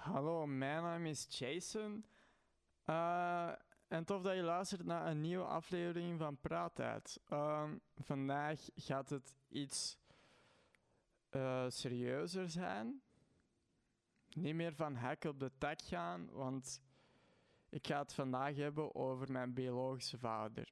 Hallo, mijn naam is Jason. Eh, en tof dat je luistert naar een nieuwe aflevering van Praattijd. Vandaag gaat het iets serieuzer zijn. Niet meer van hek op de tak gaan, want ik ga het vandaag hebben over mijn biologische vader.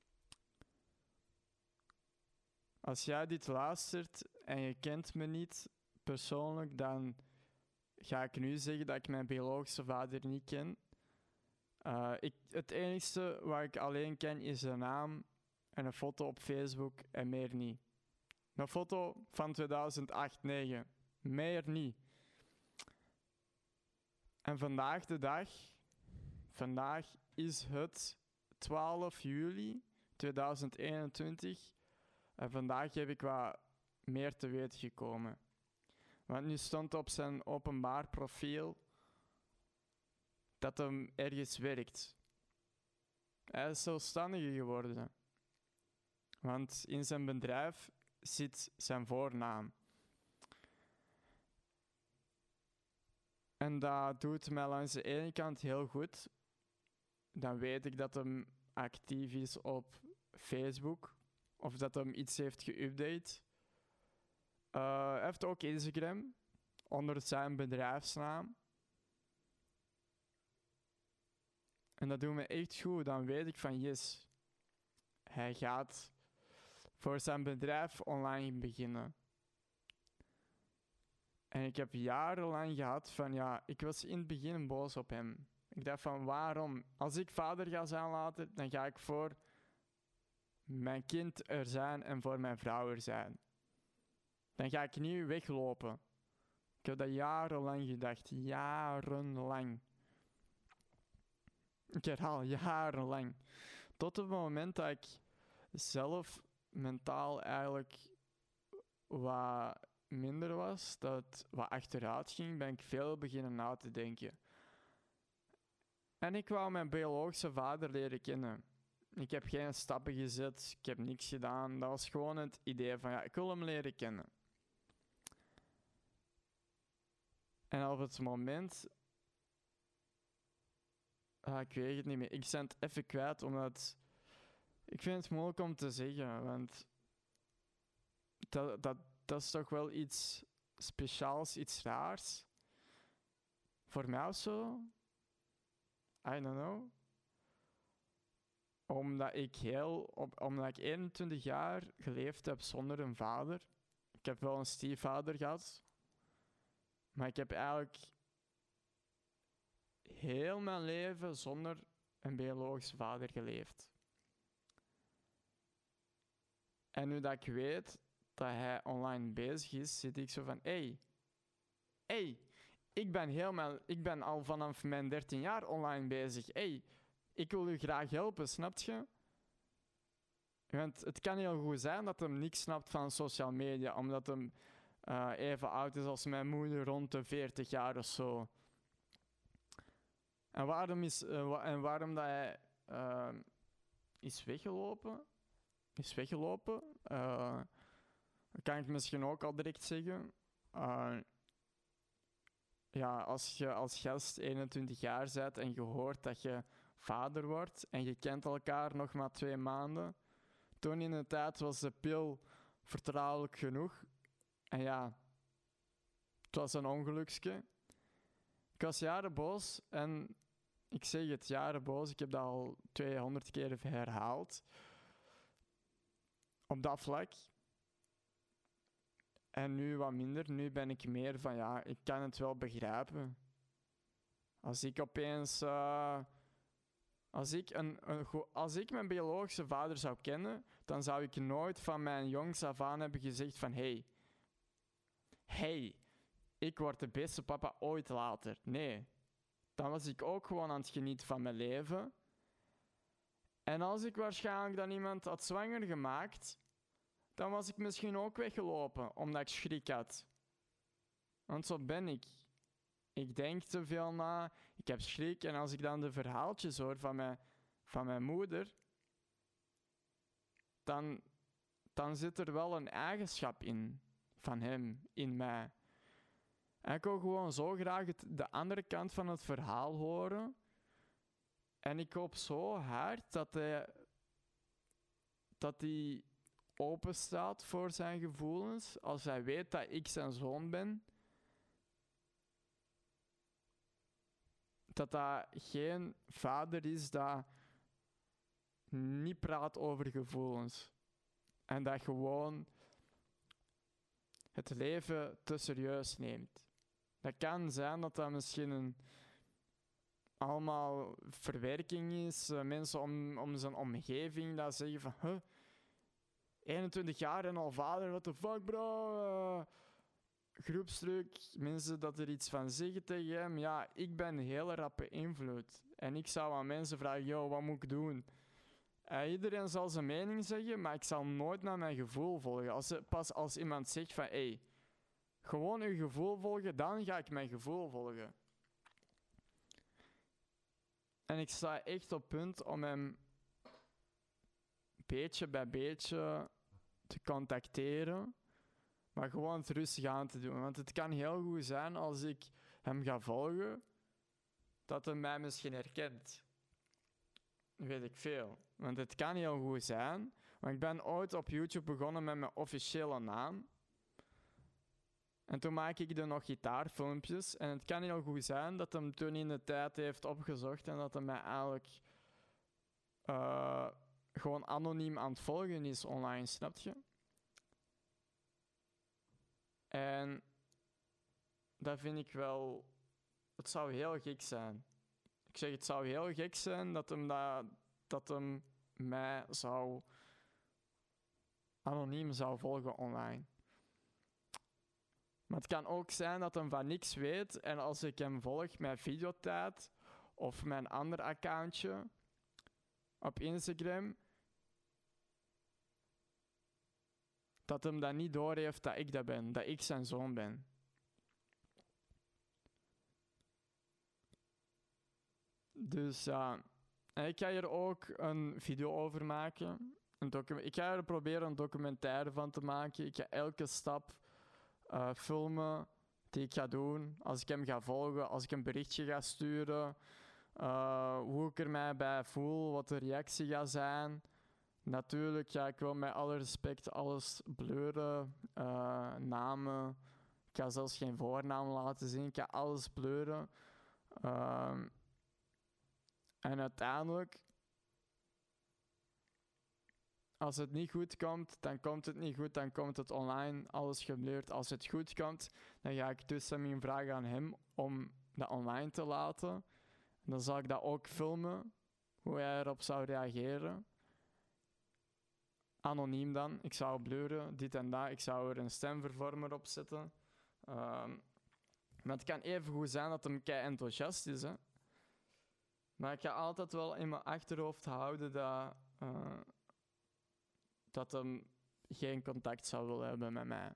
Als jij dit luistert en je kent me niet persoonlijk, dan ga ik nu zeggen dat ik mijn biologische vader niet ken. Het enige wat ik alleen ken is een naam en een foto op Facebook en meer niet. Een foto van 2008-9. Meer niet. En vandaag is het 12 juli 2021. En vandaag heb ik wat meer te weten gekomen. Want nu stond op zijn openbaar profiel dat hem ergens werkt. Hij is zelfstandige geworden. Want in zijn bedrijf zit zijn voornaam. En dat doet mij langs de ene kant heel goed. Dan weet ik dat hem actief is op Facebook. Of dat hem iets heeft geüpdate. Hij heeft ook Instagram. Onder zijn bedrijfsnaam. En dat doet me echt goed. Dan weet ik van yes. Hij gaat voor zijn bedrijf online beginnen. En ik heb jarenlang gehad van ja, ik was in het begin boos op hem. Ik dacht van waarom? Als ik vader ga zijn later, dan ga ik voor mijn kind er zijn en voor mijn vrouw er zijn. Dan ga ik niet weglopen. Ik heb dat jarenlang gedacht. Jarenlang. Ik herhaal, jarenlang. Tot het moment dat ik zelf mentaal eigenlijk wat minder was, dat het wat achteruit ging, ben ik veel beginnen na te denken. En ik wou mijn biologische vader leren kennen. Ik heb geen stappen gezet, ik heb niks gedaan. Dat was gewoon het idee van ja, ik wil hem leren kennen. En op het moment... ik weet het niet meer. Ik ben het even kwijt, omdat... Ik vind het moeilijk om te zeggen, want... Dat is toch wel iets speciaals, iets raars. Voor mij of zo. I don't know. Omdat ik 21 jaar geleefd heb zonder een vader. Ik heb wel een stiefvader gehad. Maar ik heb eigenlijk heel mijn leven zonder een biologische vader geleefd. En nu dat ik weet dat hij online bezig is, zit ik zo van... Hey, ik ben al vanaf mijn 13 jaar online bezig. Ik wil u graag helpen, snap je? Want het kan heel goed zijn dat hij niks snapt van social media, omdat hij even oud is als mijn moeder, rond de 40 jaar of zo. En waarom dat hij is weggelopen? Dat kan ik misschien ook al direct zeggen. Ja, als je als gast 21 jaar bent en je hoort dat je vader wordt en je kent elkaar nog maar 2 maanden. Toen in de tijd was de pil vertrouwelijk genoeg. En ja, het was een ongeluksje. Ik was jaren boos en ik zeg het, jaren boos. Ik heb dat al 200 keer herhaald. Op dat vlak. En nu wat minder. Nu ben ik meer van ja, ik kan het wel begrijpen. Als ik opeens... Als ik mijn biologische vader zou kennen, dan zou ik nooit van mijn jongs af aan hebben gezegd van hey, ik word de beste papa ooit later. Nee. Dan was ik ook gewoon aan het genieten van mijn leven. En als ik waarschijnlijk dan iemand had zwanger gemaakt, dan was ik misschien ook weggelopen, omdat ik schrik had. Want zo ben ik. Ik denk te veel na, ik heb schrik. En als ik dan de verhaaltjes hoor van mijn moeder, dan zit er wel een eigenschap in, van hem, in mij. En ik wil gewoon zo graag de andere kant van het verhaal horen. En ik hoop zo hard dat hij open staat voor zijn gevoelens. Als hij weet dat ik zijn zoon ben. Dat dat geen vader is dat niet praat over gevoelens. En dat gewoon het leven te serieus neemt. Dat kan zijn dat dat misschien allemaal verwerking is. Mensen om zijn omgeving dat zeggen van 21 jaar en al vader, what the fuck bro? Groepsdruk, mensen dat er iets van zeggen tegen hem. Ja, ik ben heel rap beïnvloed. En ik zou aan mensen vragen, yo, wat moet ik doen? Iedereen zal zijn mening zeggen, maar ik zal nooit naar mijn gevoel volgen. Pas als iemand zegt van, gewoon uw gevoel volgen, dan ga ik mijn gevoel volgen. En ik sta echt op punt om hem beetje bij beetje te contacteren, maar gewoon het rustig aan te doen. Want het kan heel goed zijn als ik hem ga volgen, dat hij mij misschien herkent. Weet ik veel. Want het kan heel goed zijn. Want ik ben ooit op YouTube begonnen met mijn officiële naam. En toen maak ik er nog gitaarfilmpjes. En het kan heel goed zijn dat hem toen in de tijd heeft opgezocht en dat hij mij eigenlijk gewoon anoniem aan het volgen is online, snap je? En dat vind ik wel... Het zou heel gek zijn. Ik zeg, het zou heel gek zijn dat hem mij anoniem zou volgen online. Maar het kan ook zijn dat hij van niks weet en als ik hem volg met Videotijd of mijn ander accountje op Instagram, dat hem dat niet doorheeft dat ik dat ben, dat ik zijn zoon ben. Dus ja, ik ga hier ook een video over maken. Ik ga er proberen een documentaire van te maken. Ik ga elke stap filmen die ik ga doen. Als ik hem ga volgen, als ik een berichtje ga sturen. Hoe ik er mij bij voel, wat de reactie gaat zijn. Natuurlijk, ja, ik wil met alle respect alles blurren. Namen. Ik ga zelfs geen voornaam laten zien. Ik ga alles blurren. En uiteindelijk, als het niet goed komt, dan komt het niet goed. Dan komt het online, alles geblurred. Als het goed komt, dan ga ik toestemming vragen aan hem om dat online te laten. En dan zal ik dat ook filmen, hoe hij erop zou reageren. Anoniem dan. Ik zou blurren, dit en dat. Ik zou er een stemvervormer op zetten. Maar het kan even goed zijn dat hem kei enthousiast is, hè. Maar ik ga altijd wel in mijn achterhoofd houden dat hem geen contact zou willen hebben met mij.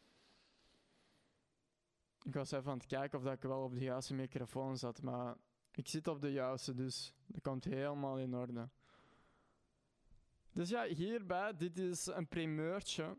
Ik was even aan het kijken of ik wel op de juiste microfoon zat, maar ik zit op de juiste, dus dat komt helemaal in orde. Dus ja, hierbij, dit is een primeurtje.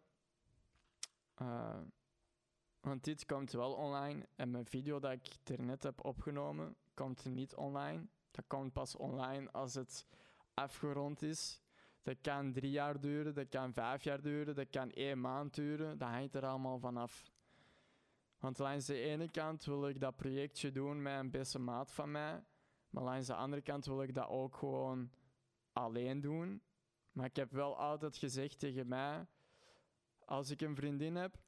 Want dit komt wel online en mijn video dat ik er net heb opgenomen, komt niet online. Dat komt pas online als het afgerond is. Dat kan 3 jaar duren, dat kan 5 jaar duren, dat kan 1 maand duren. Dat hangt er allemaal vanaf. Want langs de ene kant wil ik dat projectje doen met een beste maat van mij. Maar langs de andere kant wil ik dat ook gewoon alleen doen. Maar ik heb wel altijd gezegd tegen mij, als ik een vriendin heb,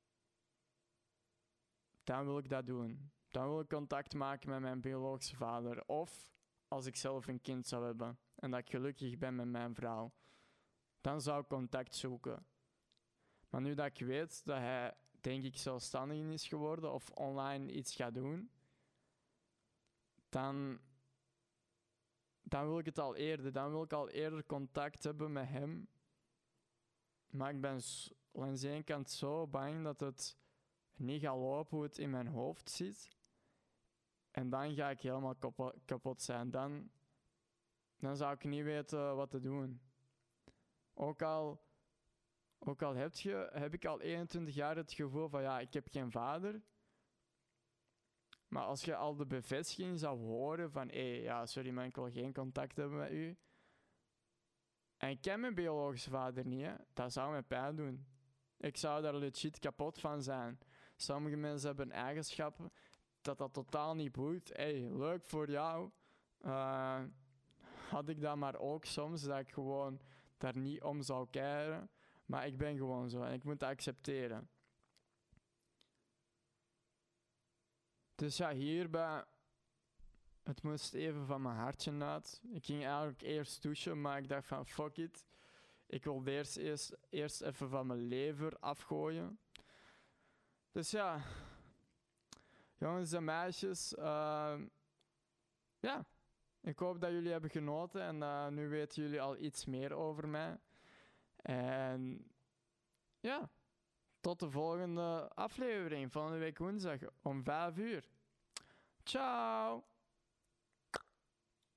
dan wil ik dat doen. Dan wil ik contact maken met mijn biologische vader. Of als ik zelf een kind zou hebben en dat ik gelukkig ben met mijn vrouw, dan zou ik contact zoeken. Maar nu dat ik weet dat hij, denk ik, zelfstandig is geworden of online iets gaat doen, dan wil ik het al eerder. Dan wil ik al eerder contact hebben met hem. Maar ik ben langs de ene kant zo bang dat het niet gaat lopen hoe het in mijn hoofd zit. En dan ga ik helemaal kapot zijn. Dan zou ik niet weten wat te doen. Ook al heb ik al 21 jaar het gevoel van ja, ik heb geen vader. Maar als je al de bevestiging zou horen van ja, sorry man, ik wil geen contact hebben met u. En ik ken mijn biologische vader niet, hè. Dat zou mij pijn doen. Ik zou daar legit kapot van zijn. Sommige mensen hebben eigenschappen dat totaal niet boeit. Leuk voor jou. Had ik dat maar ook soms, dat ik gewoon daar niet om zou keren. Maar ik ben gewoon zo en ik moet dat accepteren. Dus ja, hierbij, het moest even van mijn hartje uit. Ik ging eigenlijk eerst douchen, maar ik dacht van fuck it. Ik wil eerst even van mijn lever afgooien. Dus ja, jongens en meisjes, ja, ik hoop dat jullie hebben genoten en nu weten jullie al iets meer over mij. En ja, tot de volgende aflevering, volgende week woensdag om 5 uur. Ciao!